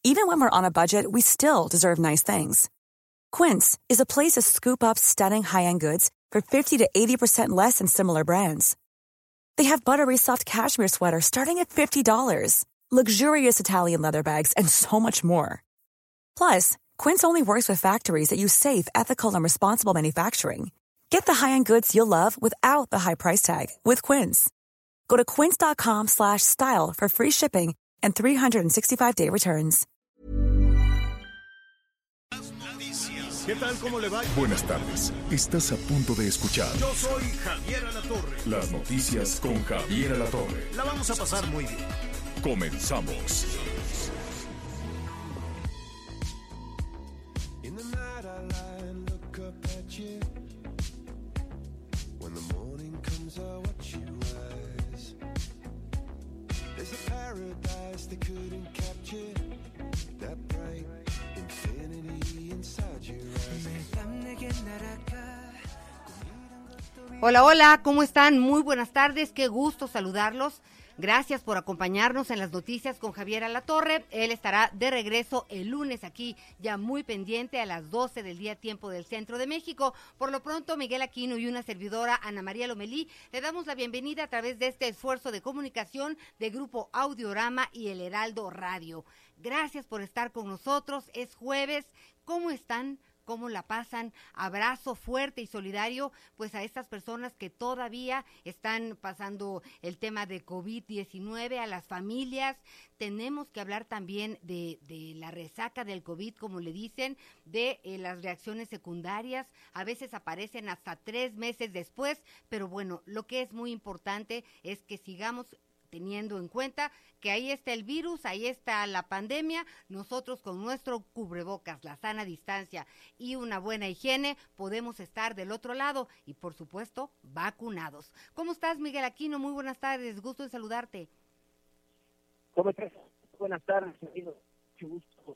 Even when we're on a budget, we still deserve nice things. Quince is a place to scoop up stunning high-end goods for 50 to 80% less than similar brands. They have buttery soft cashmere sweaters starting at $50, luxurious Italian leather bags, and so much more. Plus, Quince only works with factories that use safe, ethical, and responsible manufacturing. Get the high-end goods you'll love without the high price tag with Quince. Go to quince.com/style for free shipping and 365-day returns. ¿Qué tal? ¿Cómo le va? Buenas tardes. Estás a punto de escuchar. Yo soy Javier Alatorre. Las noticias con Javier Alatorre. La vamos a pasar muy bien. Comenzamos. In the night I lie and look up at you. When the morning comes I watch you rise. There's a paradise they couldn't capture. That bright infinity inside your eyes. Hola, hola, ¿cómo están? Muy buenas tardes, qué gusto saludarlos. Gracias por acompañarnos en las noticias con Javier Alatorre. Él estará de regreso el lunes aquí, ya muy pendiente a las 12 del día, tiempo del centro de México. Por lo pronto, Miguel Aquino y una servidora, Ana María Lomelí, le damos la bienvenida a través de este esfuerzo de comunicación de Grupo Audiorama y El Heraldo Radio. Gracias por estar con nosotros. Es jueves. ¿Cómo están? ¿Cómo la pasan? Abrazo fuerte y solidario pues a estas personas que todavía están pasando el tema de COVID-19, a las familias. Tenemos que hablar también de la resaca del COVID, como le dicen, de las reacciones secundarias. A veces aparecen hasta 3 meses después, pero bueno, lo que es muy importante es que sigamos teniendo en cuenta que ahí está el virus, ahí está la pandemia. Nosotros con nuestro cubrebocas, la sana distancia y una buena higiene podemos estar del otro lado y por supuesto vacunados. ¿Cómo estás, Miguel Aquino? Muy buenas tardes, gusto en saludarte. ¿Cómo estás? Buenas tardes, amigo. Mucho gusto.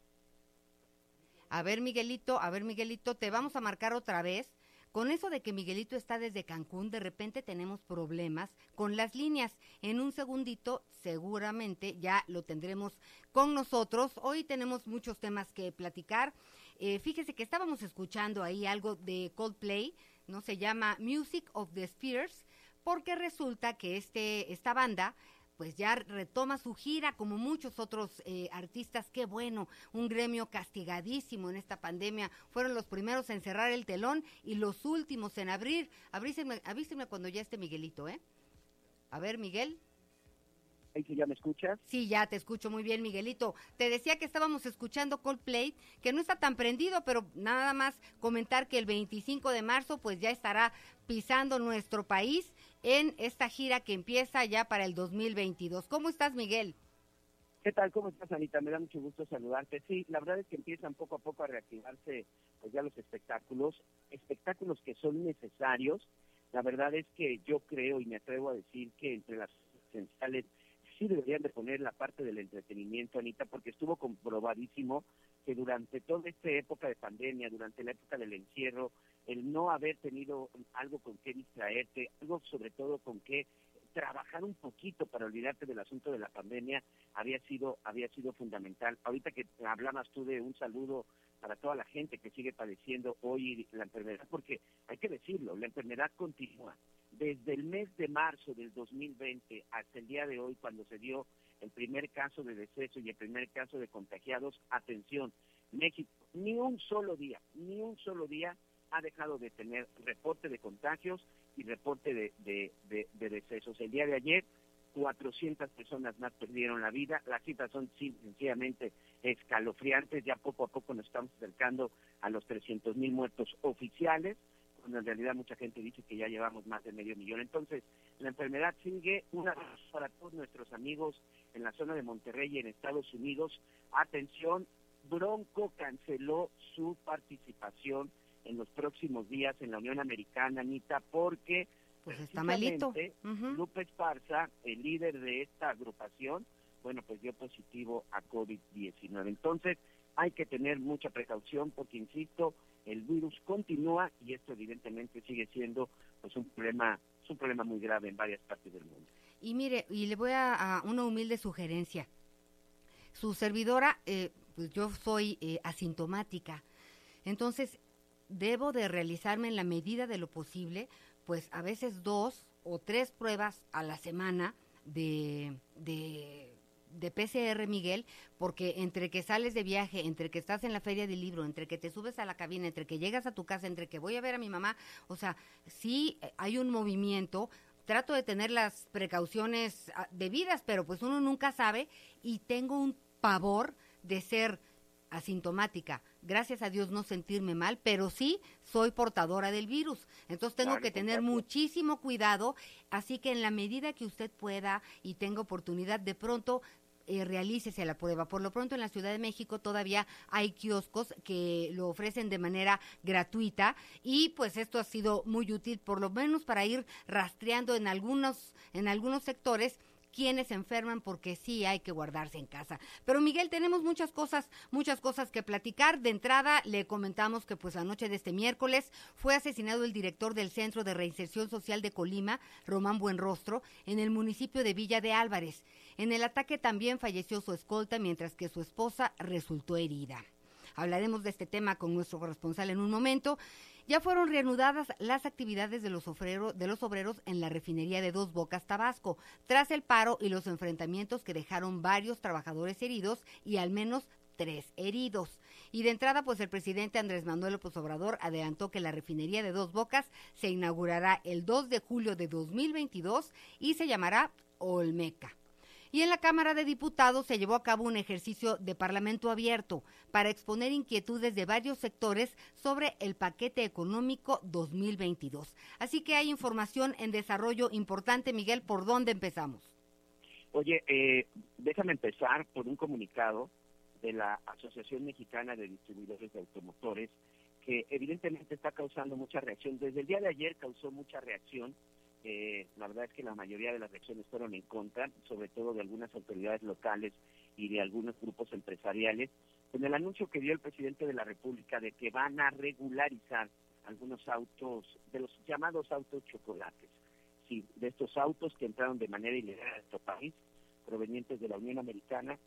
A ver, Miguelito, te vamos a marcar otra vez. Con eso de que Miguelito está desde Cancún, de repente tenemos problemas con las líneas. En un segundito, seguramente ya lo tendremos con nosotros. Hoy tenemos muchos temas que platicar. Fíjese que estábamos escuchando ahí algo de Coldplay, ¿no? Se llama Music of the Spheres, porque resulta que esta banda pues ya retoma su gira como muchos otros artistas. Qué bueno, un gremio castigadísimo en esta pandemia. Fueron los primeros en cerrar el telón y los últimos en abrir. Avísenme cuando ya esté Miguelito, ¿eh? A ver, Miguel. ¿Ahí sí ya me escuchas? Sí, ya te escucho muy bien, Miguelito. Te decía que estábamos escuchando Coldplay, que no está tan prendido, pero nada más comentar que el 25 de marzo pues ya estará pisando nuestro país en esta gira que empieza ya para el 2022. ¿Cómo estás, Miguel? ¿Qué tal? ¿Cómo estás, Anita? Me da mucho gusto saludarte. Sí, la verdad es que empiezan poco a poco a reactivarse pues ya los espectáculos que son necesarios. La verdad es que yo creo y me atrevo a decir que entre las esenciales sí deberían de poner la parte del entretenimiento, Anita, porque estuvo comprobadísimo que durante toda esta época de pandemia, durante la época del encierro, el no haber tenido algo con qué distraerte, algo sobre todo con qué trabajar un poquito para olvidarte del asunto de la pandemia, había sido fundamental. Ahorita que hablabas tú de un saludo para toda la gente que sigue padeciendo hoy la enfermedad, porque hay que decirlo, la enfermedad continúa. Desde el mes de marzo del 2020 hasta el día de hoy, cuando se dio el primer caso de deceso y el primer caso de contagiados, atención, México ni un solo día ha dejado de tener reporte de contagios y reporte de decesos. El día de ayer, 400 personas más perdieron la vida. Las cifras son sencillamente escalofriantes. Ya poco a poco nos estamos acercando a los 300,000 muertos oficiales, cuando en realidad mucha gente dice que ya llevamos más de 500,000. Entonces, la enfermedad sigue. Un abrazo para todos nuestros amigos en la zona de Monterrey y en Estados Unidos. Atención, Bronco canceló su participación en los próximos días en la Unión Americana, Anita, porque pues está malito. Lupe Esparza, el líder de esta agrupación, bueno, pues dio positivo a COVID-19. Entonces, hay que tener mucha precaución porque, insisto, el virus continúa y esto evidentemente sigue siendo pues un problema muy grave en varias partes del mundo. Y mire, y le voy a una humilde sugerencia. su servidora, pues yo soy asintomática, entonces debo de realizarme en la medida de lo posible, pues a veces 2 o 3 pruebas a la semana de PCR, Miguel, porque entre que sales de viaje, entre que estás en la feria del libro, entre que te subes a la cabina, entre que llegas a tu casa, entre que voy a ver a mi mamá, o sea, sí hay un movimiento. Trato de tener las precauciones debidas, pero pues uno nunca sabe, y tengo un pavor de ser asintomática. Gracias a Dios no sentirme mal, pero sí soy portadora del virus. Entonces tengo que tener muchísimo cuidado, así que en la medida que usted pueda y tenga oportunidad, de pronto realícese la prueba. Por lo pronto en la Ciudad de México todavía hay kioscos que lo ofrecen de manera gratuita, y pues esto ha sido muy útil, por lo menos para ir rastreando en algunos sectores quienes se enferman, porque sí hay que guardarse en casa. Pero Miguel, tenemos muchas cosas que platicar. De entrada le comentamos que pues la noche de este miércoles fue asesinado el director del Centro de Reinserción Social de Colima, Román Buenrostro, en el municipio de Villa de Álvarez. En el ataque también falleció su escolta, mientras que su esposa resultó herida. Hablaremos de este tema con nuestro corresponsal en un momento. Ya fueron reanudadas las actividades de los obreros en la refinería de Dos Bocas, Tabasco, tras el paro y los enfrentamientos que dejaron varios trabajadores heridos y al menos 3 heridos. Y de entrada, pues el presidente Andrés Manuel López Obrador adelantó que la refinería de Dos Bocas se inaugurará el 2 de julio de 2022 y se llamará Olmeca. Y en la Cámara de Diputados se llevó a cabo un ejercicio de Parlamento abierto para exponer inquietudes de varios sectores sobre el paquete económico 2022. Así que hay información en desarrollo importante. Miguel, ¿por dónde empezamos? Oye, déjame empezar por un comunicado de la Asociación Mexicana de Distribuidores de Automotores, que evidentemente está causando mucha reacción. Desde el día de ayer causó mucha reacción. La verdad es que la mayoría de las reacciones fueron en contra, sobre todo de algunas autoridades locales y de algunos grupos empresariales, con el anuncio que dio el presidente de la República de que van a regularizar algunos autos, de los llamados autos chocolates, sí, de estos autos que entraron de manera ilegal a nuestro país, provenientes de la Unión Americana,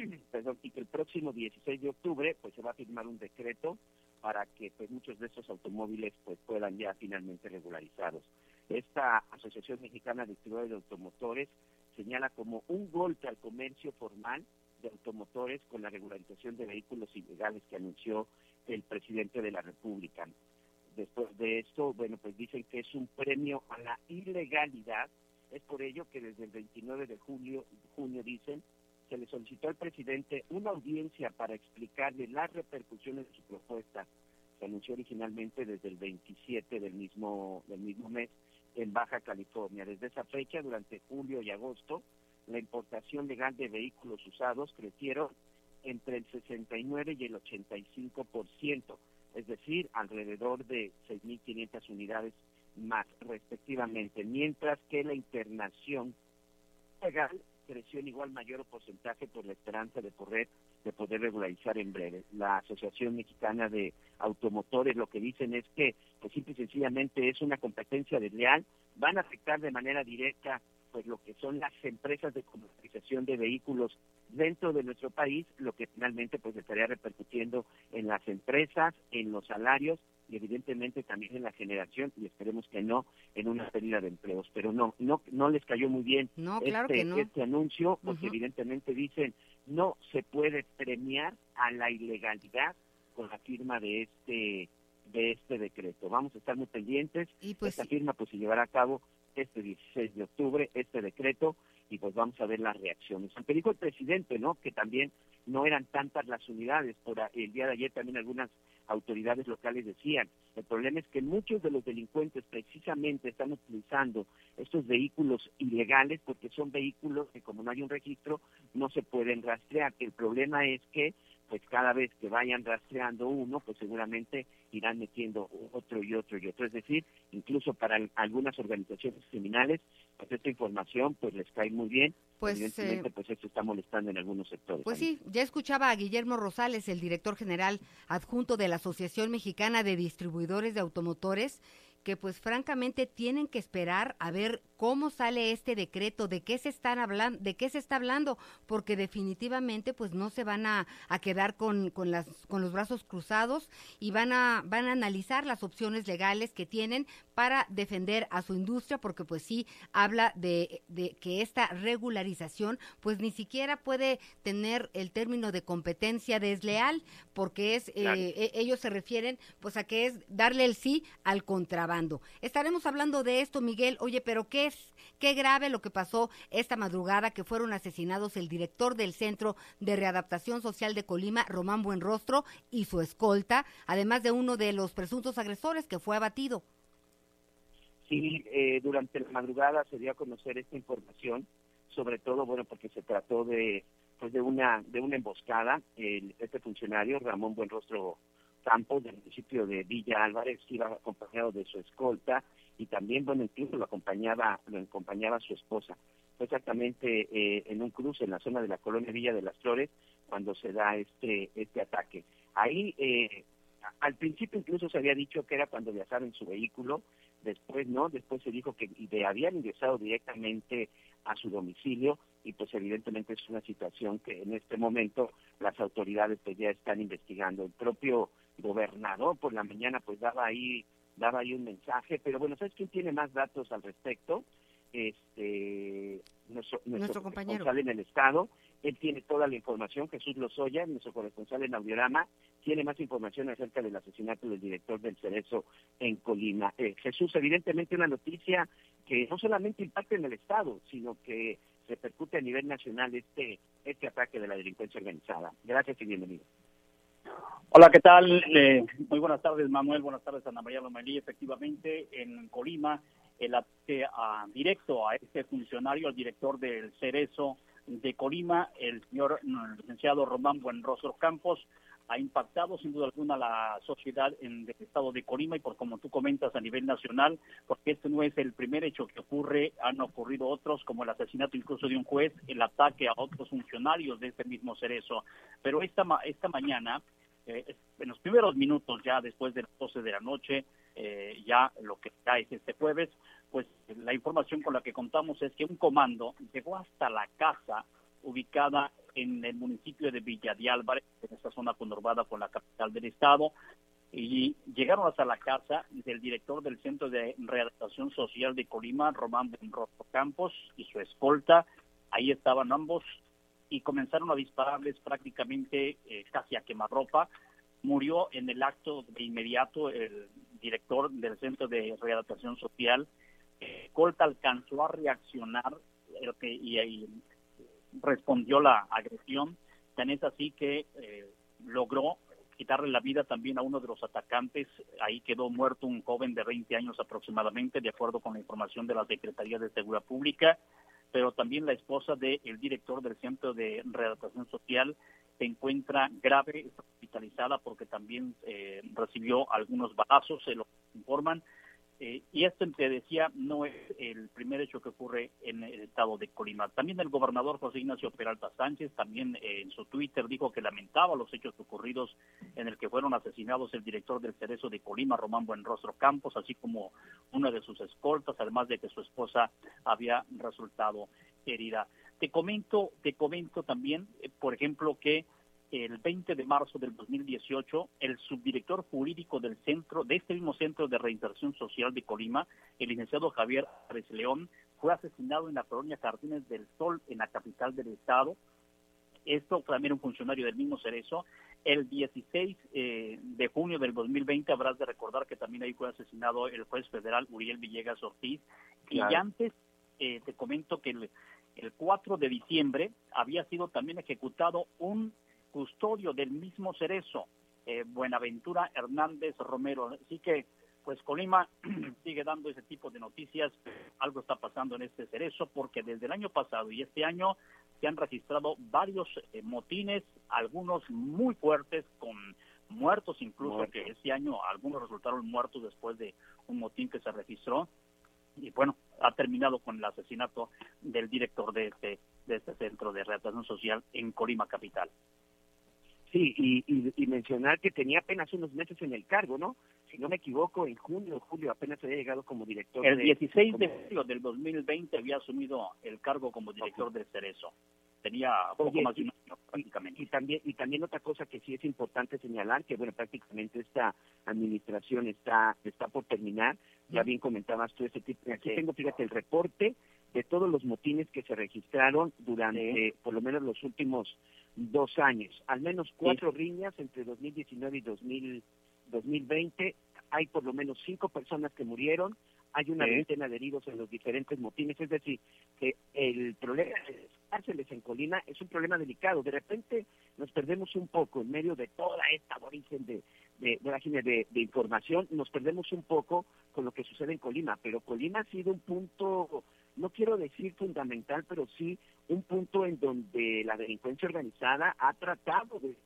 y que el próximo 16 de octubre pues se va a firmar un decreto para que pues muchos de estos automóviles pues puedan ya finalmente regularizados. Esta Asociación Mexicana de Distribuidores de Automotores señala como un golpe al comercio formal de automotores con la regularización de vehículos ilegales que anunció el presidente de la República. Después de esto, bueno, pues dicen que es un premio a la ilegalidad. Es por ello que desde el 29 de junio, dicen, se le solicitó al presidente una audiencia para explicarle las repercusiones de su propuesta. Se anunció originalmente desde el 27 del mismo mes en Baja California. Desde esa fecha, durante julio y agosto, la importación legal de vehículos usados crecieron entre el 69 y el 85%, es decir, alrededor de 6.500 unidades más respectivamente, mientras que la internación legal creció en igual mayor porcentaje por la esperanza de poder regularizar en breve. La Asociación Mexicana de Automotores lo que dicen es que pues simple y sencillamente es una competencia desleal, van a afectar de manera directa pues lo que son las empresas de comercialización de vehículos dentro de nuestro país, lo que finalmente pues estaría repercutiendo en las empresas, en los salarios y evidentemente también en la generación, y esperemos que no, en una pérdida de empleos. Pero no les cayó muy bien este anuncio, porque evidentemente dicen no se puede premiar a la ilegalidad con la firma de este decreto. Vamos a estar muy pendientes. Y pues, esta firma pues se llevará a cabo este 16 de octubre, este decreto, y pues vamos a ver las reacciones. Aunque dijo el presidente, ¿no?, que también no eran tantas las unidades. Por el día de ayer también algunas autoridades locales decían, el problema es que muchos de los delincuentes precisamente están utilizando estos vehículos ilegales porque son vehículos que como no hay un registro no se pueden rastrear. El problema es que pues cada vez que vayan rastreando uno, pues seguramente irán metiendo otro y otro y otro. Es decir, incluso para algunas organizaciones criminales, pues esta información pues les cae muy bien. Pues, evidentemente, pues esto está molestando en algunos sectores. Pues sí, ya escuchaba a Guillermo Rosales, el director general adjunto de la Asociación Mexicana de Distribuidores de Automotores, que pues francamente tienen que esperar a ver cómo sale este decreto, de qué se está hablando, porque definitivamente pues no se van a quedar con los brazos cruzados y van a analizar las opciones legales que tienen para defender a su industria, porque pues sí habla de que esta regularización pues ni siquiera puede tener el término de competencia desleal, porque es claro. Ellos se refieren pues a que es darle el sí al contrabando. Estaremos hablando de esto, Miguel. Oye, pero qué grave lo que pasó esta madrugada, que fueron asesinados el director del Centro de Readaptación Social de Colima, Román Buenrostro, y su escolta, además de uno de los presuntos agresores que fue abatido. Sí, durante la madrugada se dio a conocer esta información, sobre todo, bueno, porque se trató de una emboscada. Este funcionario, Ramón Buenrostro Campos, del municipio de Villa Álvarez, iba acompañado de su escolta y también, bueno, incluso lo acompañaba su esposa. Fue exactamente en un cruce en la zona de la colonia Villa de las Flores cuando se da este ataque. Ahí, al principio incluso se había dicho que era cuando viajaba en su vehículo, después no, después se dijo que habían ingresado directamente a su domicilio y pues evidentemente es una situación que en este momento las autoridades pues ya están investigando. El propio gobernador por la mañana pues daba ahí un mensaje, pero bueno, ¿sabes quién tiene más datos al respecto? Nuestro compañero corresponsal en el estado. Él tiene toda la información. Jesús Lozoya, nuestro corresponsal en Audiorama, tiene más información acerca del asesinato del director del Cerezo en Colima. Jesús, evidentemente una noticia que no solamente impacta en el estado, sino que repercute a nivel nacional este ataque de la delincuencia organizada. Gracias y bienvenido. Hola, ¿qué tal? Muy buenas tardes, Manuel. Buenas tardes, Ana María Lomelí. Efectivamente, en Colima, el ataque directo a este funcionario, al director del Cerezo de Colima, el licenciado Román Buenrostro Campos, ha impactado sin duda alguna la sociedad del estado de Colima y por como tú comentas a nivel nacional, porque este no es el primer hecho que ocurre, han ocurrido otros como el asesinato incluso de un juez, el ataque a otros funcionarios de este mismo Cerezo. Pero esta mañana, en los primeros minutos ya después de las 12 de la noche, ya lo que ya es este jueves, pues la información con la que contamos es que un comando llegó hasta la casa ubicada en el municipio de Villa de Álvarez, en esta zona conurbada con la capital del estado, y llegaron hasta la casa del director del Centro de Readaptación Social de Colima, Román Buenrostro Campos, y su escolta. Ahí estaban ambos y comenzaron a dispararles prácticamente casi a quemarropa. Murió en el acto de inmediato el director del Centro de Readaptación Social. Escolta alcanzó a reaccionar y respondió la agresión, tan es así que logró quitarle la vida también a uno de los atacantes. Ahí quedó muerto un joven de 20 años aproximadamente, de acuerdo con la información de la Secretaría de Seguridad Pública, pero también la esposa del director del Centro de Readaptación Social se encuentra grave, está hospitalizada porque también recibió algunos balazos, se lo informan. Y esto, te decía, no es el primer hecho que ocurre en el estado de Colima. También el gobernador José Ignacio Peralta Sánchez, también en su Twitter, dijo que lamentaba los hechos ocurridos en el que fueron asesinados el director del Cerezo de Colima, Román Buenrostro Campos, así como una de sus escoltas, además de que su esposa había resultado herida. Te comento también, por ejemplo, que el 20 de marzo del 2018, el subdirector jurídico de este mismo Centro de Reinserción Social de Colima, el licenciado Javier Álvarez León, fue asesinado en la colonia Jardines del Sol, en la capital del estado. Esto también un funcionario del mismo Cerezo. El 16 de junio del 2020, habrás de recordar que también ahí fue asesinado el juez federal Uriel Villegas Ortiz. Claro. Y antes, te comento que el 4 de diciembre había sido también ejecutado un custodio del mismo Cerezo, Buenaventura Hernández Romero. Así que, pues Colima sigue dando ese tipo de noticias. Algo está pasando en este Cerezo, porque desde el año pasado y este año se han registrado varios motines, algunos muy fuertes, con muertos incluso, que este año algunos resultaron muertos después de un motín que se registró. Y bueno, ha terminado con el asesinato del director de este Centro de Readaptación Social en Colima capital. Sí, y mencionar que tenía apenas unos meses en el cargo, ¿no? Si no me equivoco, en junio o julio apenas había llegado como director. El 16 de julio del 2020 había asumido el cargo como director del Cerezo. Tenía poco más de un año prácticamente. Y también otra cosa que sí es importante señalar, que bueno, prácticamente esta administración está por terminar. Ya bien comentabas tú ese tipo. Aquí tengo, fíjate, el reporte de todos los motines que se registraron durante por lo menos los últimos 2 años. Al menos 4 riñas entre 2019 y 2020. Hay por lo menos 5 personas que murieron. Hay una veintena de heridos en los diferentes motines. Es decir, que el problema de las cárceles en Colima es un problema delicado. De repente nos perdemos un poco en medio de toda esta origen de información. Nos perdemos un poco con lo que sucede en Colima. Pero Colima ha sido un punto, no quiero decir fundamental, pero sí un punto en donde la delincuencia organizada ha tratado de...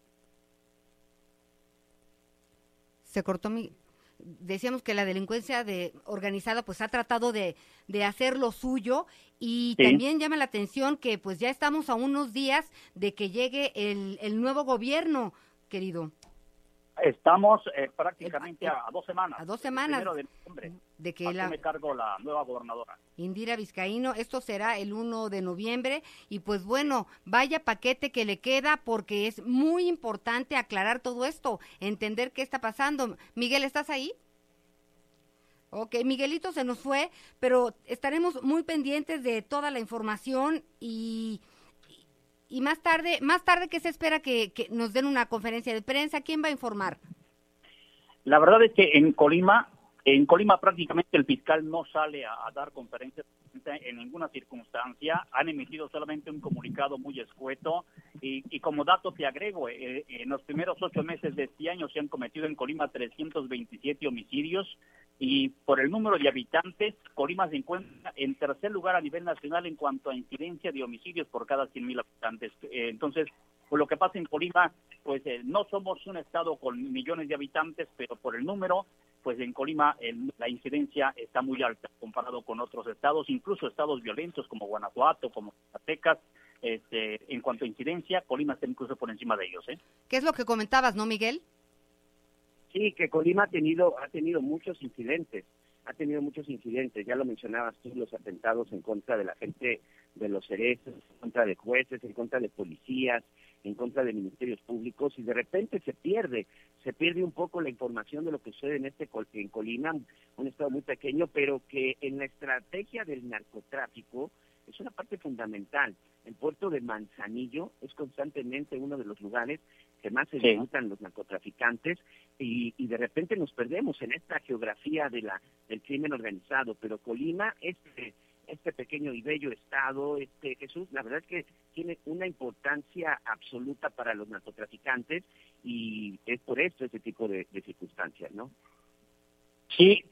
Se cortó Decíamos que la delincuencia organizada pues ha tratado de hacer lo suyo y también llama la atención que pues ya estamos a unos días de que llegue el nuevo gobierno, querido. Estamos prácticamente a 2 semanas. A 2 semanas. El 1 de noviembre. De que asume cargo la nueva gobernadora. Indira Vizcaíno, esto será el 1 de noviembre y pues bueno, vaya paquete que le queda porque es muy importante aclarar todo esto, entender qué está pasando. Miguel, ¿estás ahí? Ok, Miguelito se nos fue, pero estaremos muy pendientes de toda la información y más tarde, ¿qué se espera que nos den una conferencia de prensa? ¿Quién va a informar? La verdad es que en Colima prácticamente el fiscal no sale a dar conferencias en ninguna circunstancia. Han emitido solamente un comunicado muy escueto y como dato te agrego, en los primeros 8 meses de este año se han cometido en Colima 327 homicidios y por el número de habitantes, Colima se encuentra en tercer lugar a nivel nacional en cuanto a incidencia de homicidios por cada 100,000 habitantes. Entonces, por lo que pasa en Colima, pues no somos un estado con millones de habitantes, pero por el número, pues en Colima la incidencia está muy alta comparado con otros estados, incluso estados violentos como Guanajuato, como Zacatecas. En cuanto a incidencia, Colima está incluso por encima de ellos. ¿Qué es lo que comentabas, no, Miguel? Sí, que Colima ha tenido muchos incidentes. Ya lo mencionabas tú, los atentados en contra de la gente de los cerezos, en contra de jueces, en contra de policías, en contra de ministerios públicos, y de repente se pierde un poco la información de lo que sucede en Colima, un estado muy pequeño, pero que en la estrategia del narcotráfico es una parte fundamental. El puerto de Manzanillo es constantemente uno de los lugares que más se disfrutan los narcotraficantes y de repente nos perdemos en esta geografía del crimen organizado, pero Colima, este pequeño y bello estado, Jesús, la verdad es que tiene una importancia absoluta para los narcotraficantes y es por esto este tipo de circunstancias, ¿no? Sí,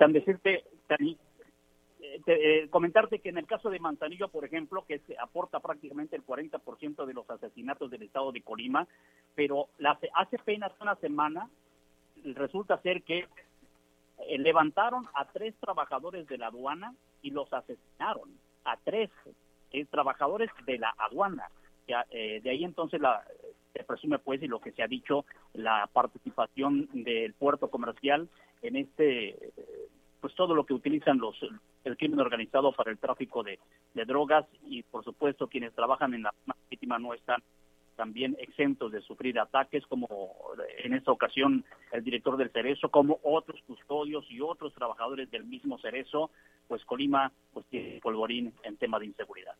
comentarte que en el caso de Manzanillo, por ejemplo, que se aporta prácticamente el 40% de los asesinatos del estado de Colima, pero hace apenas una semana resulta ser que levantaron a 3 trabajadores de la aduana y los asesinaron, a 3 trabajadores de la aduana. De ahí entonces se presume, pues, y lo que se ha dicho, la participación del puerto comercial en pues todo lo que utilizan el crimen organizado para el tráfico de drogas y por supuesto quienes trabajan en la marítima no están también exentos de sufrir ataques, como en esta ocasión el director del Cerezo, como otros custodios y otros trabajadores del mismo Cerezo. Pues Colima pues tiene polvorín en tema de inseguridad.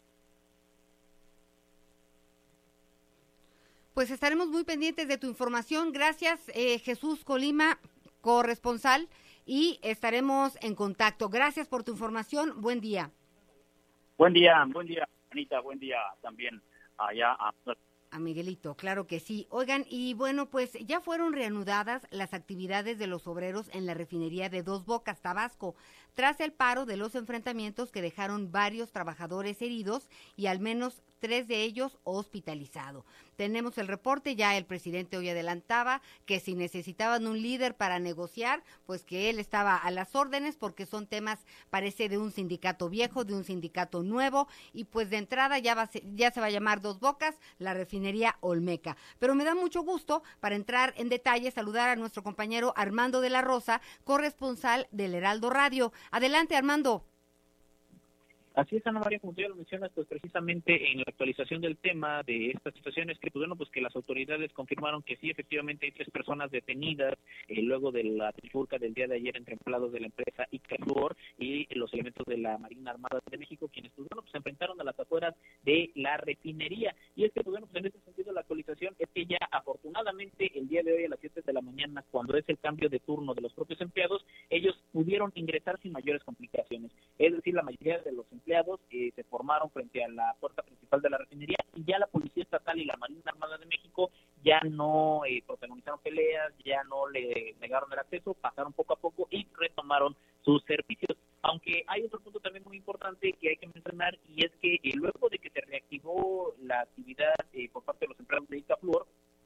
Pues estaremos muy pendientes de tu información. Gracias, Jesús Colima, corresponsal, y estaremos en contacto. Gracias por tu información. Buen día. Buen día, Anita. Buen día también allá a Miguelito, claro que sí. Oigan, y bueno, pues ya fueron reanudadas las actividades de los obreros en la refinería de Dos Bocas, Tabasco, tras el paro de los enfrentamientos que dejaron varios trabajadores heridos y al menos 3 de ellos hospitalizados. Tenemos el reporte, ya el presidente hoy adelantaba que si necesitaban un líder para negociar, pues que él estaba a las órdenes, porque son temas, parece, de un sindicato viejo, de un sindicato nuevo, y pues de entrada ya se va a llamar Dos Bocas, la refinería Olmeca. Pero me da mucho gusto, para entrar en detalle, saludar a nuestro compañero Armando de la Rosa, corresponsal del Heraldo Radio. Adelante, Armando. Así es, Ana María, como tú ya lo mencionas, pues precisamente en la actualización del tema de esta situación es que, pues bueno, pues que las autoridades confirmaron que sí, efectivamente hay 3 personas detenidas luego de la trifulca del día de ayer entre empleados de la empresa Icafluor y los elementos de la Marina Armada de México, quienes, pues bueno, pues se enfrentaron a las afueras de la refinería. Y es que, pues bueno, pues en este sentido la actualización es que ya afortunadamente el día de hoy a las 7 de la mañana, cuando es el cambio de turno de los propios empleados, ellos pudieron ingresar sin mayores complicaciones. Es decir, la mayoría de los empleados se formaron frente a la puerta principal de la refinería y ya la Policía Estatal y la Marina Armada de México ya no protagonizaron peleas, ya no le negaron el acceso, pasaron poco a poco y retomaron sus servicios. Aunque hay otro punto también muy importante que hay que mencionar, y es que luego de que se reactivó la actividad por parte de los empleados de Icafluor,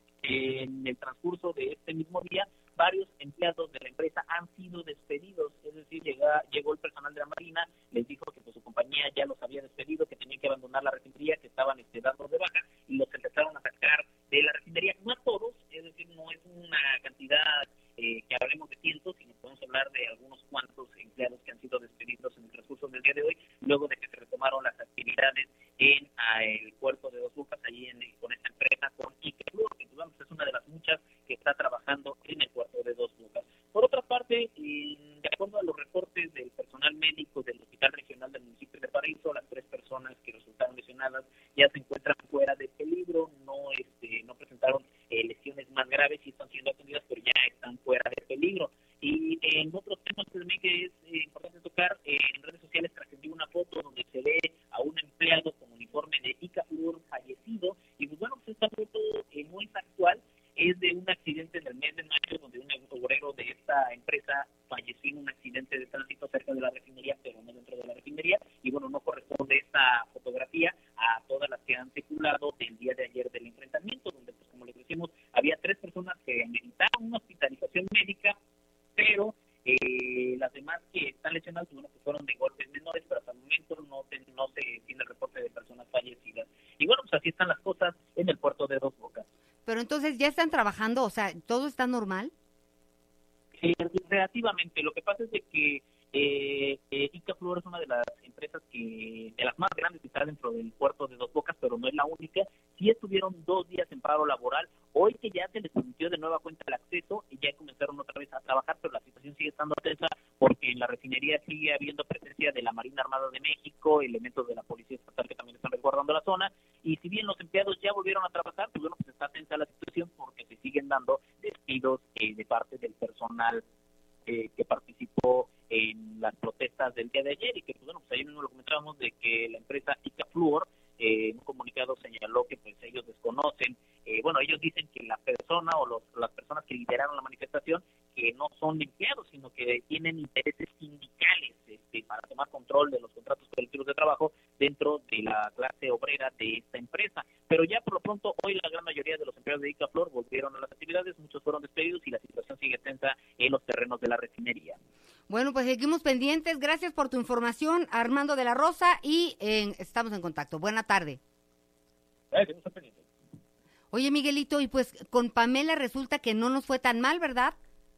en el transcurso de este mismo día, varios empleados de la empresa han sido despedidos, es decir, llegó el personal de la Marina, les dijo que pues, su compañía ya los había despedido, que tenían que abandonar la refinería, que estaban dando de baja, y los empezaron a sacar de la refinería. No a todos, es decir, no es una cantidad que hablemos de cientos, sino podemos hablar de algunos cuantos empleados que han sido despedidos en el transcurso del día de hoy, luego de que se retomaron las actividades en el puerto de Dos Bocas, ahí con esta empresa, con Icafluor, que digamos es una de las muchas que está trabajando en el puerto de Dos Bocas. Por otra parte, de acuerdo a los reportes del personal médico del Hospital Regional del municipio de Paraíso, las 3 personas que resultaron lesionadas ya se encuentran fuera de peligro, no presentaron lesiones más graves y están siendo atendidas, pero ya están fuera de peligro. Y en otros temas también que es importante tocar, en redes sociales trascendió una foto donde se ve a un empleado con uniforme de Icafluor fallecido, y pues bueno, pues esta foto no es actual, es de un accidente en el mes de mayo donde un obrero de esta empresa falleció en un accidente de tránsito cerca de la refinería, pero no dentro de la refinería, y bueno, no corresponde esta fotografía a todas las que han circulado del día de ayer del enfrentamiento, donde pues como les decimos, había 3 personas que necesitaban una hospitalización médica, pero las demás que están lesionadas, bueno, pues fueron de golpes menores, pero hasta el momento no se tiene el reporte de personas fallecidas. Y bueno, pues así están las cosas en el puerto de Dos Bocas. Pero entonces, ¿ya están trabajando? O sea, ¿todo está normal? Relativamente. Lo que pasa es de que Icafluor es una de las empresas de las más grandes que está dentro del puerto de Dos Bocas, pero no es la única. Sí estuvieron 2 días en paro laboral. Hoy que ya se les permitió de nueva cuenta el acceso y ya comenzaron otra vez a trabajar, pero la situación sigue estando tensa porque en la refinería sigue habiendo presencia de la Marina Armada de México, elementos de la Policía Estatal que también están resguardando la zona, y si bien los empleados ya volvieron a trabajar, pues bueno, pues está tensa la situación porque se siguen dando despidos de parte del personal que participó en las protestas del día de ayer, y que pues bueno, pues ayer mismo lo comentábamos de que la empresa Icafluor en un comunicado señaló que pues ellos desconocen, ellos dicen que la persona o las personas que lideraron la manifestación que no son empleados, sino que tienen intereses sindicales para tomar control de los contratos colectivos de trabajo dentro de la clase obrera de esta empresa. Pero ya por lo pronto, hoy la gran mayoría de los empleados de Icafluor volvieron a las actividades, muchos fueron despedidos y la situación sigue tensa en los terrenos de la refinería. Bueno, pues seguimos pendientes. Gracias por tu información, Armando de la Rosa, y estamos en contacto. Buena tarde. Seguimos pendientes. Oye, Miguelito, y pues con Pamela resulta que no nos fue tan mal, ¿verdad?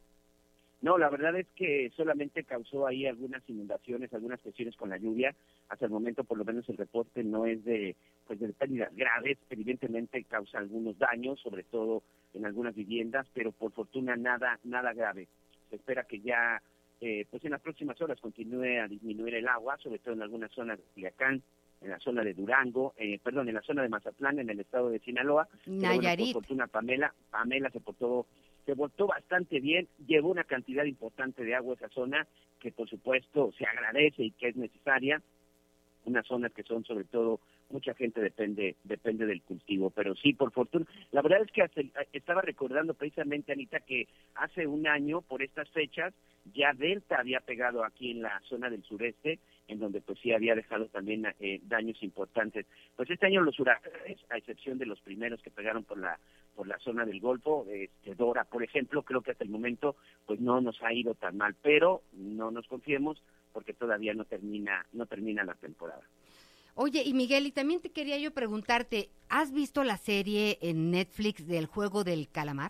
No, la verdad es que solamente causó ahí algunas inundaciones, algunas cuestiones con la lluvia. Hasta el momento, por lo menos, el reporte no es de pérdidas graves. Evidentemente causa algunos daños, sobre todo en algunas viviendas, pero por fortuna nada grave. Se espera que ya, pues en las próximas horas continúe a disminuir el agua, sobre todo en algunas zonas de Culiacán, en la zona de Durango, en la zona de Mazatlán, en el estado de Sinaloa. Nayarit. Por fortuna, Pamela se portó bastante bien, llevó una cantidad importante de agua a esa zona, que por supuesto se agradece y que es necesaria, unas zonas que son sobre todo, mucha gente depende del cultivo, pero sí, por fortuna. La verdad es que estaba recordando precisamente, Anita, que hace un año, por estas fechas, ya Delta había pegado aquí en la zona del sureste, en donde pues sí había dejado también daños importantes. Pues este año los huracanes, a excepción de los primeros que pegaron por la zona del Golfo, Dora, por ejemplo, creo que hasta el momento pues no nos ha ido tan mal, pero no nos confiemos porque todavía no termina la temporada. Oye, y Miguel, y también te quería yo preguntarte, ¿has visto la serie en Netflix del Juego del Calamar?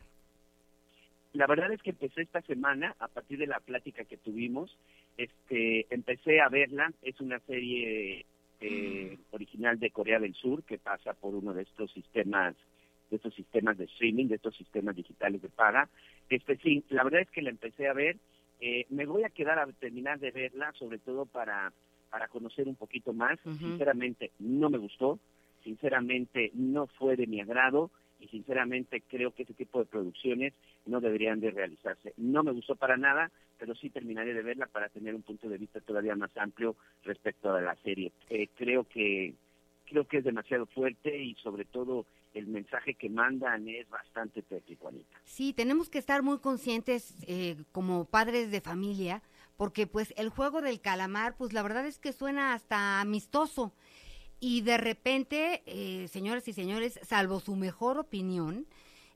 La verdad es que empecé esta semana, a partir de la plática que tuvimos, empecé a verla. Es una serie original de Corea del Sur que pasa por uno de estos sistemas de streaming, de estos sistemas digitales de paga. Sí, la verdad es que la empecé a ver. Me voy a quedar a terminar de verla, sobre todo para conocer un poquito más. Sinceramente, no me gustó. Sinceramente, no fue de mi agrado. Y sinceramente creo que ese tipo de producciones no deberían de realizarse. No me gustó para nada, pero sí terminaré de verla para tener un punto de vista todavía más amplio respecto a la serie. Creo que es demasiado fuerte y sobre todo el mensaje que mandan es bastante tétrico, Anita. Sí, tenemos que estar muy conscientes como padres de familia, porque pues el Juego del Calamar, pues la verdad es que suena hasta amistoso. Y de repente, señoras y señores, salvo su mejor opinión,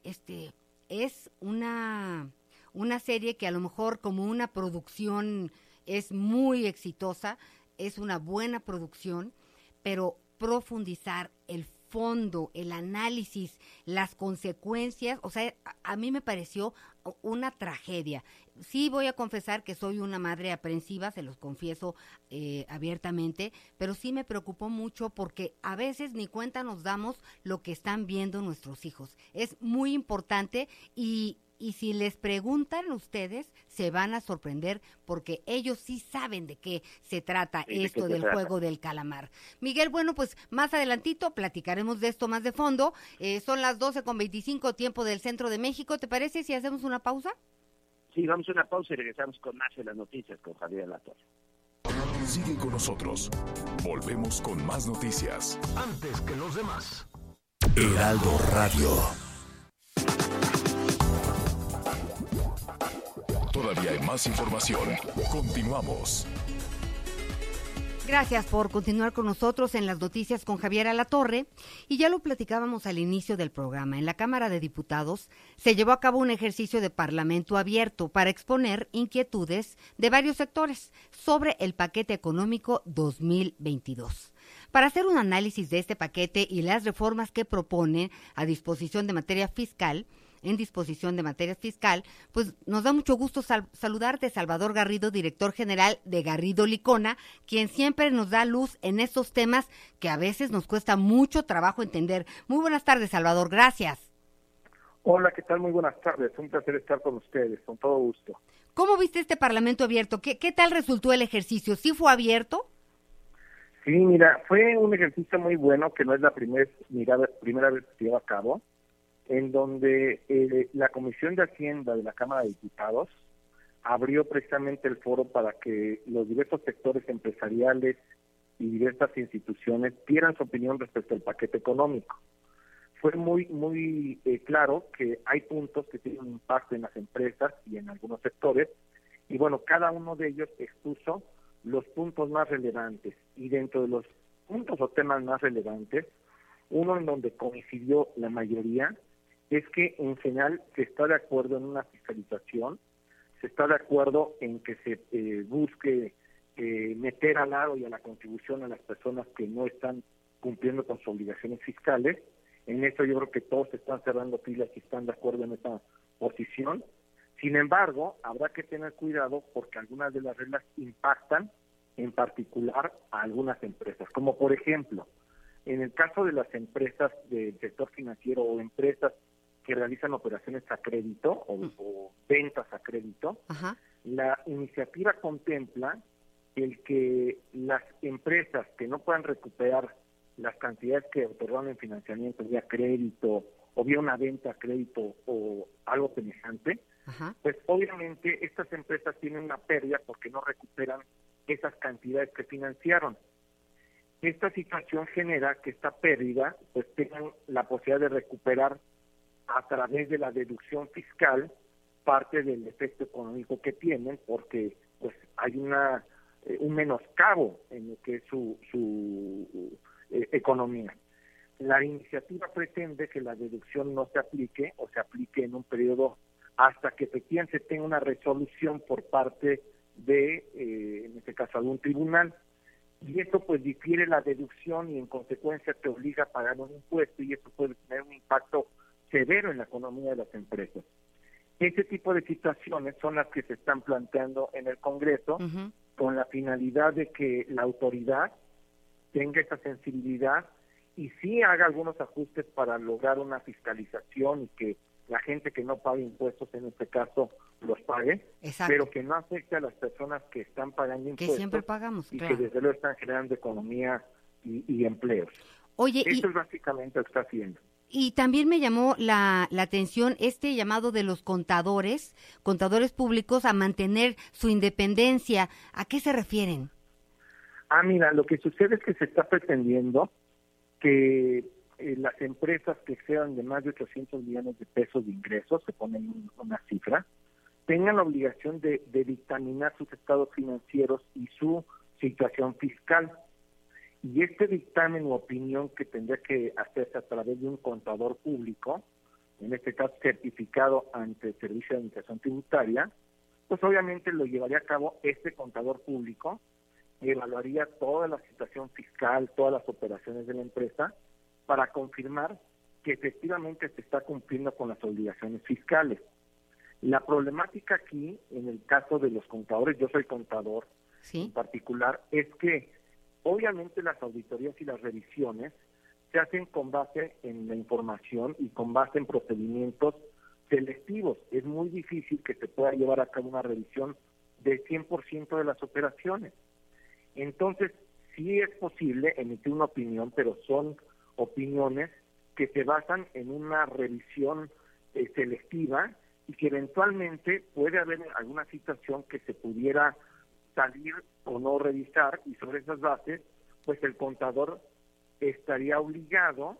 es una serie que a lo mejor como una producción es muy exitosa, es una buena producción, pero profundizar el fondo, el análisis, las consecuencias, o sea, a mí me pareció una tragedia. Sí voy a confesar que soy una madre aprensiva, se los confieso abiertamente, pero sí me preocupó mucho porque a veces ni cuenta nos damos lo que están viendo nuestros hijos. Es muy importante y si les preguntan ustedes, se van a sorprender porque ellos sí saben de qué se trata esto del Juego del Calamar. Miguel, bueno, pues más adelantito platicaremos de esto más de fondo. Son las 12:25, tiempo del centro de México. ¿Te parece si hacemos una pausa? Sí, vamos a una pausa y regresamos con más de las noticias con Javier Alatorre. Sigue con nosotros. Volvemos con más noticias. Antes que los demás. Heraldo Radio. Todavía hay más información. Continuamos. Gracias por continuar con nosotros en las noticias con Javier Alatorre. Y ya lo platicábamos al inicio del programa. En la Cámara de Diputados se llevó a cabo un ejercicio de parlamento abierto para exponer inquietudes de varios sectores sobre el paquete económico 2022. Para hacer un análisis de este paquete y las reformas que propone en disposición de materia fiscal, pues nos da mucho gusto saludarte, Salvador Garrido, director general de Garrido Licona, quien siempre nos da luz en estos temas que a veces nos cuesta mucho trabajo entender. Muy buenas tardes, Salvador, gracias. Hola, ¿qué tal? Muy buenas tardes, un placer estar con ustedes, con todo gusto. ¿Cómo viste este Parlamento abierto? ¿Qué tal resultó el ejercicio? ¿Sí fue abierto? Sí, mira, fue un ejercicio muy bueno, que no es la primera vez que se lleva a cabo, en donde la Comisión de Hacienda de la Cámara de Diputados abrió precisamente el foro para que los diversos sectores empresariales y diversas instituciones dieran su opinión respecto al paquete económico. Fue muy claro que hay puntos que tienen un impacto en las empresas y en algunos sectores, y bueno, cada uno de ellos expuso los puntos más relevantes, y dentro de los puntos o temas más relevantes, uno en donde coincidió la mayoría, es que en general se está de acuerdo en una fiscalización, se está de acuerdo en que se busque meter al lado y a la contribución a las personas que no están cumpliendo con sus obligaciones fiscales. En eso yo creo que todos están cerrando filas y están de acuerdo en esa posición. Sin embargo, habrá que tener cuidado porque algunas de las reglas impactan en particular a algunas empresas, como por ejemplo, en el caso de las empresas del sector financiero o empresas que realizan operaciones a crédito o ventas a crédito, Ajá. La iniciativa contempla el que las empresas que no puedan recuperar las cantidades que otorgaron en financiamiento vía crédito o vía una venta a crédito o algo semejante, Ajá. pues obviamente estas empresas tienen una pérdida porque no recuperan esas cantidades que financiaron. Esta situación genera que esta pérdida pues tengan la posibilidad de recuperar a través de la deducción fiscal parte del efecto económico que tienen, porque pues hay un menoscabo en lo que es su economía. La iniciativa pretende que la deducción no se aplique o se aplique en un periodo hasta que efectivamente se tenga una resolución por parte de, en este caso, algún tribunal. Y esto pues difiere la deducción y en consecuencia te obliga a pagar un impuesto y eso puede tener un impacto severo en la economía de las empresas. Este tipo de situaciones son las que se están planteando en el Congreso con la finalidad de que la autoridad tenga esa sensibilidad y sí haga algunos ajustes para lograr una fiscalización y que la gente que no pague impuestos, en este caso, los pague, pero que no afecte a las personas que están pagando impuestos, que siempre pagamos, y claro, que desde luego están generando economía y empleos. Oye, eso es básicamente lo que está haciendo. Y también me llamó la atención este llamado de los contadores públicos a mantener su independencia. ¿A qué se refieren? Mira, lo que sucede es que se está pretendiendo que las empresas que sean de más de 800 millones de pesos de ingresos, se ponen una cifra, tengan la obligación de dictaminar sus estados financieros y su situación fiscal. Y este dictamen u opinión que tendría que hacerse a través de un contador público, en este caso certificado ante el Servicio de Administración Tributaria, pues obviamente lo llevaría a cabo este contador público, y evaluaría toda la situación fiscal, todas las operaciones de la empresa, para confirmar que efectivamente se está cumpliendo con las obligaciones fiscales. La problemática aquí, en el caso de los contadores, yo soy contador en particular, es que obviamente las auditorías y las revisiones se hacen con base en la información y con base en procedimientos selectivos. Es muy difícil que se pueda llevar a cabo una revisión del 100% de las operaciones. Entonces, sí es posible emitir una opinión, pero son opiniones que se basan en una revisión selectiva y que eventualmente puede haber alguna situación que se pudiera salir o no revisar, y sobre esas bases, pues el contador estaría obligado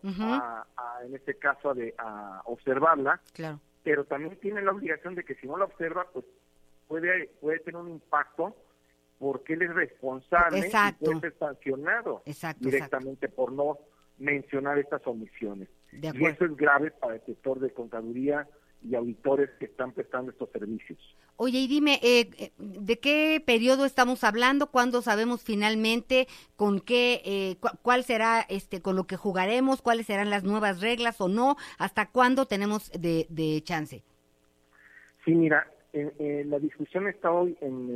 en este caso a observarla, claro, pero también tiene la obligación de que si no la observa, pues puede tener un impacto porque él es responsable y puede ser sancionado directamente por no mencionar estas omisiones. Y eso es grave para el sector de contaduría y auditores que están prestando estos servicios. Oye, y dime, ¿de qué periodo estamos hablando? ¿Cuándo sabemos finalmente con qué, cuál será, con lo que jugaremos? ¿Cuáles serán las nuevas reglas o no? ¿Hasta cuándo tenemos de chance? Sí, mira, la discusión está hoy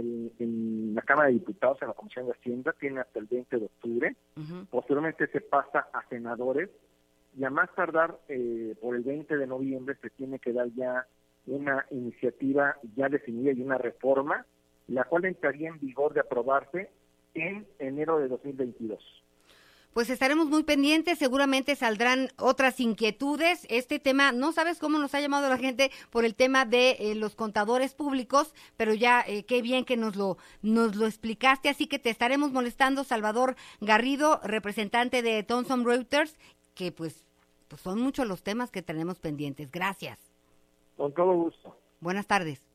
en la Cámara de Diputados, en la Comisión de Hacienda, tiene hasta el 20 de octubre. Posteriormente se pasa a senadores y a más tardar por el 20 de noviembre se tiene que dar ya una iniciativa ya definida y una reforma, la cual entraría en vigor de aprobarse en enero de 2022. Pues estaremos muy pendientes, seguramente saldrán otras inquietudes. Este tema, no sabes cómo nos ha llamado la gente por el tema de los contadores públicos, pero ya qué bien que nos lo explicaste, así que te estaremos molestando, Salvador Garrido, representante de Thomson Reuters, que pues son muchos los temas que tenemos pendientes. Gracias. Con todo gusto. Buenas tardes.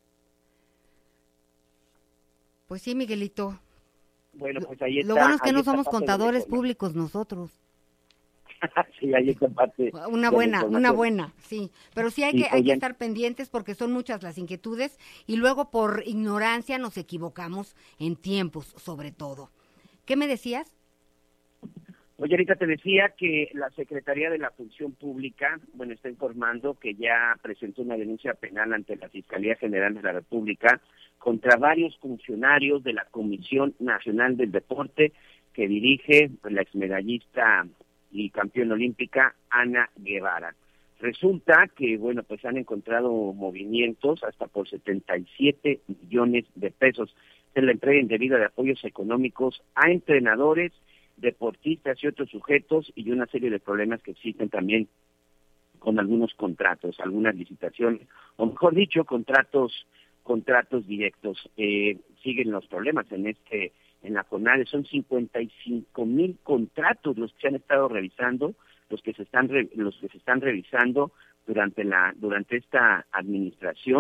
Pues sí, Miguelito. Bueno, pues ahí está. Lo bueno es que no somos contadores públicos nosotros. Sí, ahí está parte. Una buena, sí. Pero sí hay que estar pendientes porque son muchas las inquietudes y luego por ignorancia nos equivocamos en tiempos, sobre todo. ¿Qué me decías? Oye, ahorita te decía que la Secretaría de la Función Pública, está informando que ya presentó una denuncia penal ante la Fiscalía General de la República contra varios funcionarios de la Comisión Nacional del Deporte que dirige la exmedallista y campeona olímpica Ana Guevara. Resulta que, pues han encontrado movimientos hasta por 77 millones de pesos en la entrega indebida de apoyos económicos a entrenadores, deportistas y otros sujetos, y una serie de problemas que existen también con algunos contratos, algunas licitaciones, o mejor dicho, contratos directos. Siguen los problemas en la CONADE. Son 55,000 contratos los que se han estado revisando, los que se están revisando durante esta administración,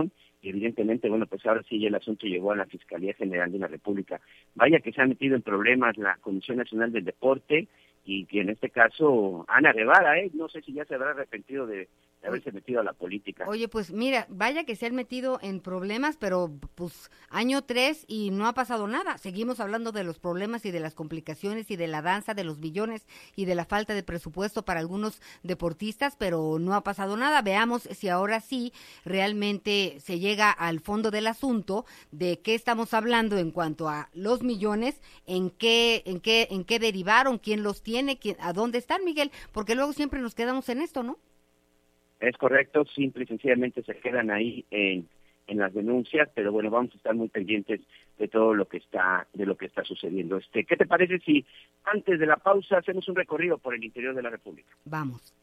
y evidentemente, bueno, pues ahora sí el asunto llegó a la Fiscalía General de la República. Vaya que se ha metido en problemas la Comisión Nacional del Deporte y que en este caso Ana Guevara, no sé si ya se habrá arrepentido de haberse metido a la política. Oye, pues mira, vaya que se han metido en problemas, pero pues año 3 y no ha pasado nada. Seguimos hablando de los problemas y de las complicaciones y de la danza de los billones y de la falta de presupuesto para algunos deportistas, pero no ha pasado nada. Veamos si ahora sí realmente se llega al fondo del asunto de qué estamos hablando en cuanto a los millones, en qué derivaron, quién los tiene, a dónde están, Miguel, porque luego siempre nos quedamos en esto, ¿no? Es correcto, simple y sencillamente se quedan ahí en las denuncias, pero bueno, vamos a estar muy pendientes de todo lo que está sucediendo. ¿Qué te parece si antes de la pausa hacemos un recorrido por el interior de la República? Vamos.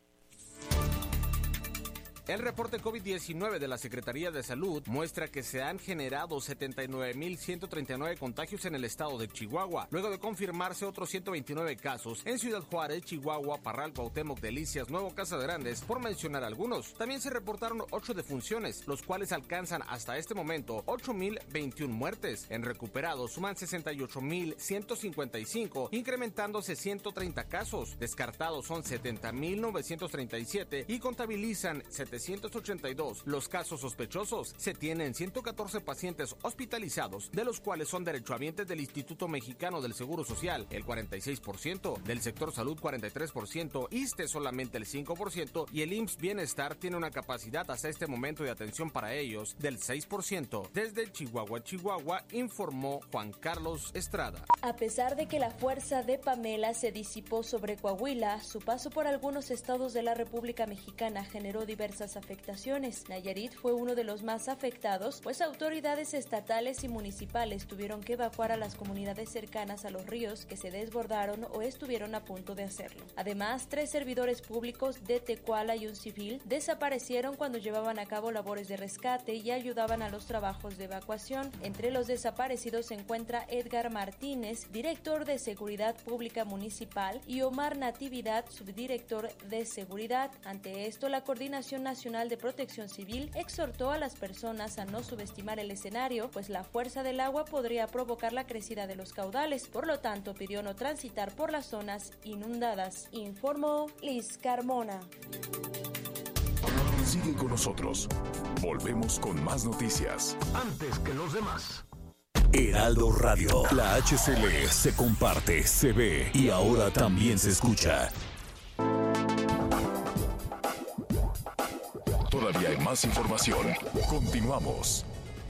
El reporte COVID-19 de la Secretaría de Salud muestra que se han generado 79.139 contagios en el estado de Chihuahua, luego de confirmarse otros 129 casos en Ciudad Juárez, Chihuahua, Parral, Cuauhtémoc, Delicias, Nuevo Casas Grandes, por mencionar algunos. También se reportaron 8 defunciones, los cuales alcanzan hasta este momento 8.021 muertes. En recuperados suman 68.155, incrementándose 130 casos. Descartados son 70.937 y contabilizan 782. Los casos sospechosos. Se tienen 114 pacientes hospitalizados, de los cuales son derechohabientes del Instituto Mexicano del Seguro Social, el 46%, del sector salud 43%, ISSSTE solamente el 5% y el IMSS Bienestar tiene una capacidad hasta este momento de atención para ellos del 6%. Desde Chihuahua, informó Juan Carlos Estrada. A pesar de que la fuerza de Pamela se disipó sobre Coahuila, su paso por algunos estados de la República Mexicana generó diversas afectaciones. Nayarit fue uno de los más afectados, pues autoridades estatales y municipales tuvieron que evacuar a las comunidades cercanas a los ríos que se desbordaron o estuvieron a punto de hacerlo. Además, 3 servidores públicos de Tecuala y un civil desaparecieron cuando llevaban a cabo labores de rescate y ayudaban a los trabajos de evacuación. Entre los desaparecidos se encuentra Edgar Martínez, director de Seguridad Pública Municipal, y Omar Natividad, subdirector de Seguridad. Ante esto, la Coordinación Nacional de Protección Civil exhortó a las personas a no subestimar el escenario, pues la fuerza del agua podría provocar la crecida de los caudales. Por lo tanto, pidió no transitar por las zonas inundadas. Informó Liz Carmona. Sigue con nosotros. Volvemos con más noticias. Antes que los demás. Heraldo Radio. La HCL se comparte, se ve y ahora también se escucha. Todavía hay más información. Continuamos.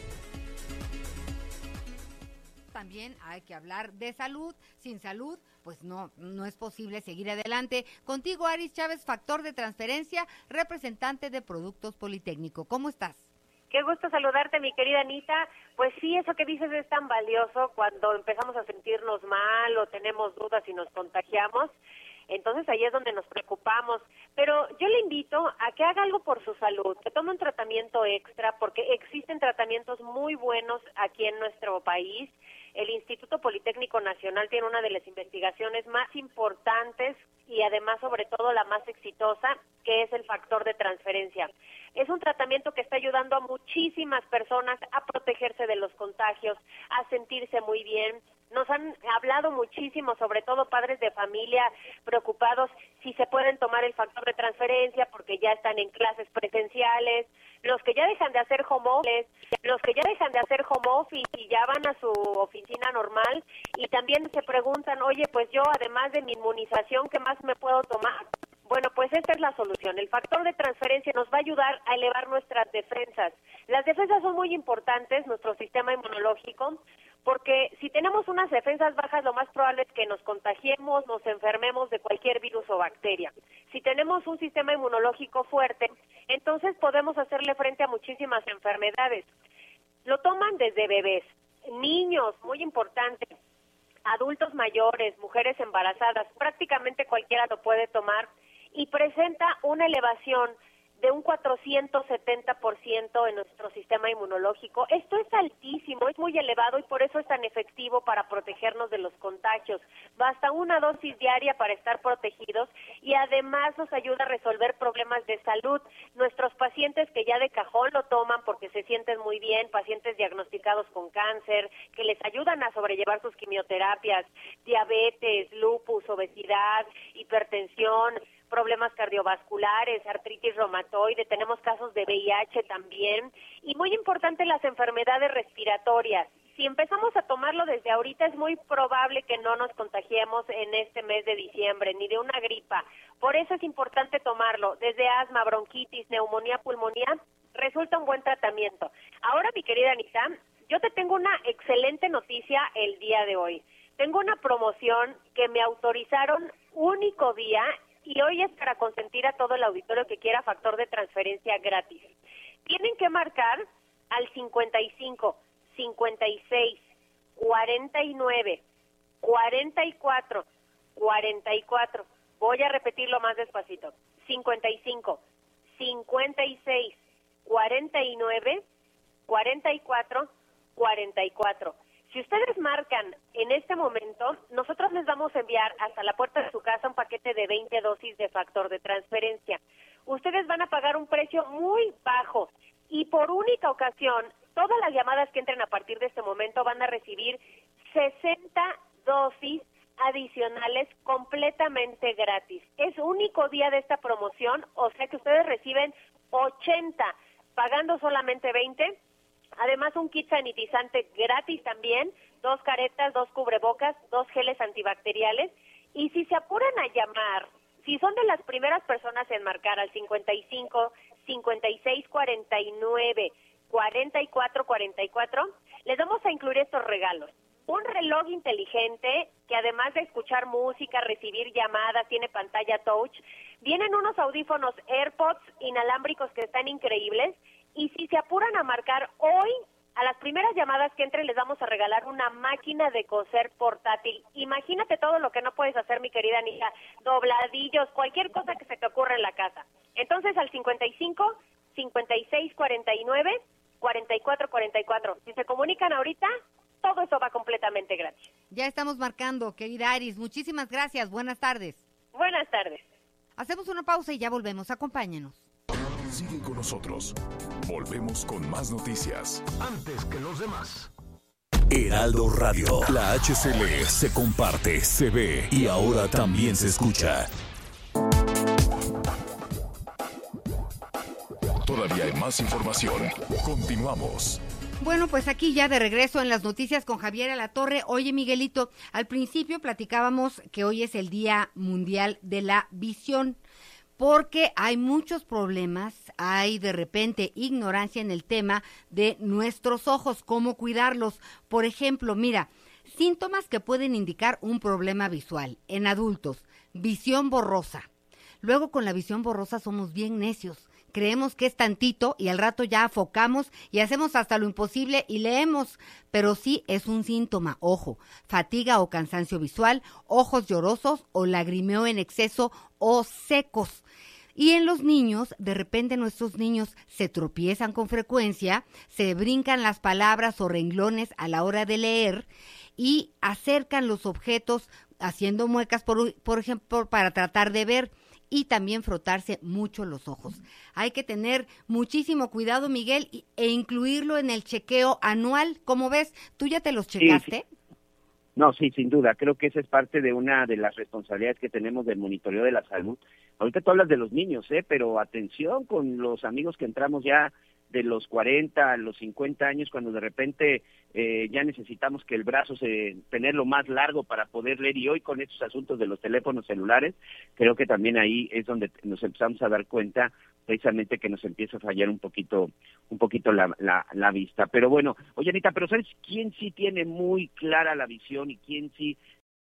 También hay que hablar de salud. Sin salud, pues no es posible seguir adelante. Contigo, Aris Chávez, factor de transferencia, representante de Productos Politécnico. ¿Cómo estás? Qué gusto saludarte, mi querida Anita. Pues sí, eso que dices es tan valioso cuando empezamos a sentirnos mal o tenemos dudas y nos contagiamos. Entonces ahí es donde nos preocupamos, pero yo le invito a que haga algo por su salud, que tome un tratamiento extra, porque existen tratamientos muy buenos aquí en nuestro país. El Instituto Politécnico Nacional tiene una de las investigaciones más importantes y además sobre todo la más exitosa, que es el factor de transferencia. Es un tratamiento que está ayudando a muchísimas personas a protegerse de los contagios, a sentirse muy bien. Nos han hablado muchísimo, sobre todo padres de familia preocupados si se pueden tomar el factor de transferencia porque ya están en clases presenciales, los que ya dejan de hacer home office, y ya van a su oficina normal y también se preguntan, oye, pues yo además de mi inmunización, ¿qué más me puedo tomar? Bueno, pues esta es la solución. El factor de transferencia nos va a ayudar a elevar nuestras defensas. Las defensas son muy importantes, nuestro sistema inmunológico, porque si tenemos unas defensas bajas, lo más probable es que nos contagiemos, nos enfermemos de cualquier virus o bacteria. Si tenemos un sistema inmunológico fuerte, entonces podemos hacerle frente a muchísimas enfermedades. Lo toman desde bebés, niños, muy importante, adultos mayores, mujeres embarazadas, prácticamente cualquiera lo puede tomar y presenta una elevación de un 470% en nuestro sistema inmunológico. Esto es altísimo, es muy elevado y por eso es tan efectivo para protegernos de los contagios. Basta una dosis diaria para estar protegidos y además nos ayuda a resolver problemas de salud. Nuestros pacientes que ya de cajón lo toman porque se sienten muy bien, pacientes diagnosticados con cáncer, que les ayudan a sobrellevar sus quimioterapias, diabetes, lupus, obesidad, hipertensión, problemas cardiovasculares, artritis reumatoide, tenemos casos de VIH también, y muy importante las enfermedades respiratorias. Si empezamos a tomarlo desde ahorita es muy probable que no nos contagiemos en este mes de diciembre, ni de una gripa. Por eso es importante tomarlo, desde asma, bronquitis, neumonía, pulmonía, resulta un buen tratamiento. Ahora, mi querida Anita, yo te tengo una excelente noticia el día de hoy. Tengo una promoción que me autorizaron único día y hoy es para consentir a todo el auditorio que quiera factor de transferencia gratis. Tienen que marcar al 55 56 49 44 44. Voy a repetirlo más despacito. 55 56 49 44 44. Si ustedes marcan en este momento, nosotros les vamos a enviar hasta la puerta de su casa un paquete de 20 dosis de factor de transferencia. Ustedes van a pagar un precio muy bajo y por única ocasión, todas las llamadas que entren a partir de este momento van a recibir 60 dosis adicionales completamente gratis. Es único día de esta promoción, o sea que ustedes reciben 80, pagando solamente 20. Además, un kit sanitizante gratis también, 2 caretas, 2 cubrebocas, 2 geles antibacteriales. Y si se apuran a llamar, si son de las primeras personas en marcar al 55 56 49 44 44, les vamos a incluir estos regalos. Un reloj inteligente que además de escuchar música, recibir llamadas, tiene pantalla touch. Vienen unos audífonos AirPods inalámbricos que están increíbles. Y si se apuran a marcar hoy, a las primeras llamadas que entren les vamos a regalar una máquina de coser portátil. Imagínate todo lo que no puedes hacer, mi querida Anita, dobladillos, cualquier cosa que se te ocurra en la casa. Entonces al 55 56 49 44 44. Si se comunican ahorita, todo eso va completamente gratis. Ya estamos marcando, querida Aris. Muchísimas gracias. Buenas tardes. Buenas tardes. Hacemos una pausa y ya volvemos. Acompáñenos. Sigue con nosotros. Volvemos con más noticias. Antes que los demás. Heraldo Radio. La HCL se comparte, se ve y ahora también se escucha. Todavía hay más información. Continuamos. Bueno, pues aquí ya de regreso en las noticias con Javier Alatorre. Oye, Miguelito, al principio platicábamos que hoy es el Día Mundial de la Visión, porque hay muchos problemas, hay de repente ignorancia en el tema de nuestros ojos, cómo cuidarlos. Por ejemplo, mira, síntomas que pueden indicar un problema visual en adultos: visión borrosa. Luego con la visión borrosa somos bien necios. Creemos que es tantito y al rato ya afocamos y hacemos hasta lo imposible y leemos, pero sí es un síntoma, ojo, fatiga o cansancio visual, ojos llorosos o lagrimeo en exceso o secos. Y en los niños, de repente nuestros niños se tropiezan con frecuencia, se brincan las palabras o renglones a la hora de leer y acercan los objetos haciendo muecas, por ejemplo, para tratar de ver. Y también frotarse mucho los ojos. Hay que tener muchísimo cuidado, Miguel, e incluirlo en el chequeo anual. ¿Cómo ves? ¿Tú ya te los checaste? Sí. No, sí, sin duda. Creo que esa es parte de una de las responsabilidades que tenemos del monitoreo de la salud. Ahorita tú hablas de los niños, pero atención con los amigos que entramos ya de los 40 a los 50 años, cuando de repente ya necesitamos que el brazo tenerlo más largo para poder leer, y hoy con estos asuntos de los teléfonos celulares, creo que también ahí es donde nos empezamos a dar cuenta precisamente que nos empieza a fallar un poquito la vista. Pero bueno, oye Anita, pero ¿sabes quién sí tiene muy clara la visión y quién sí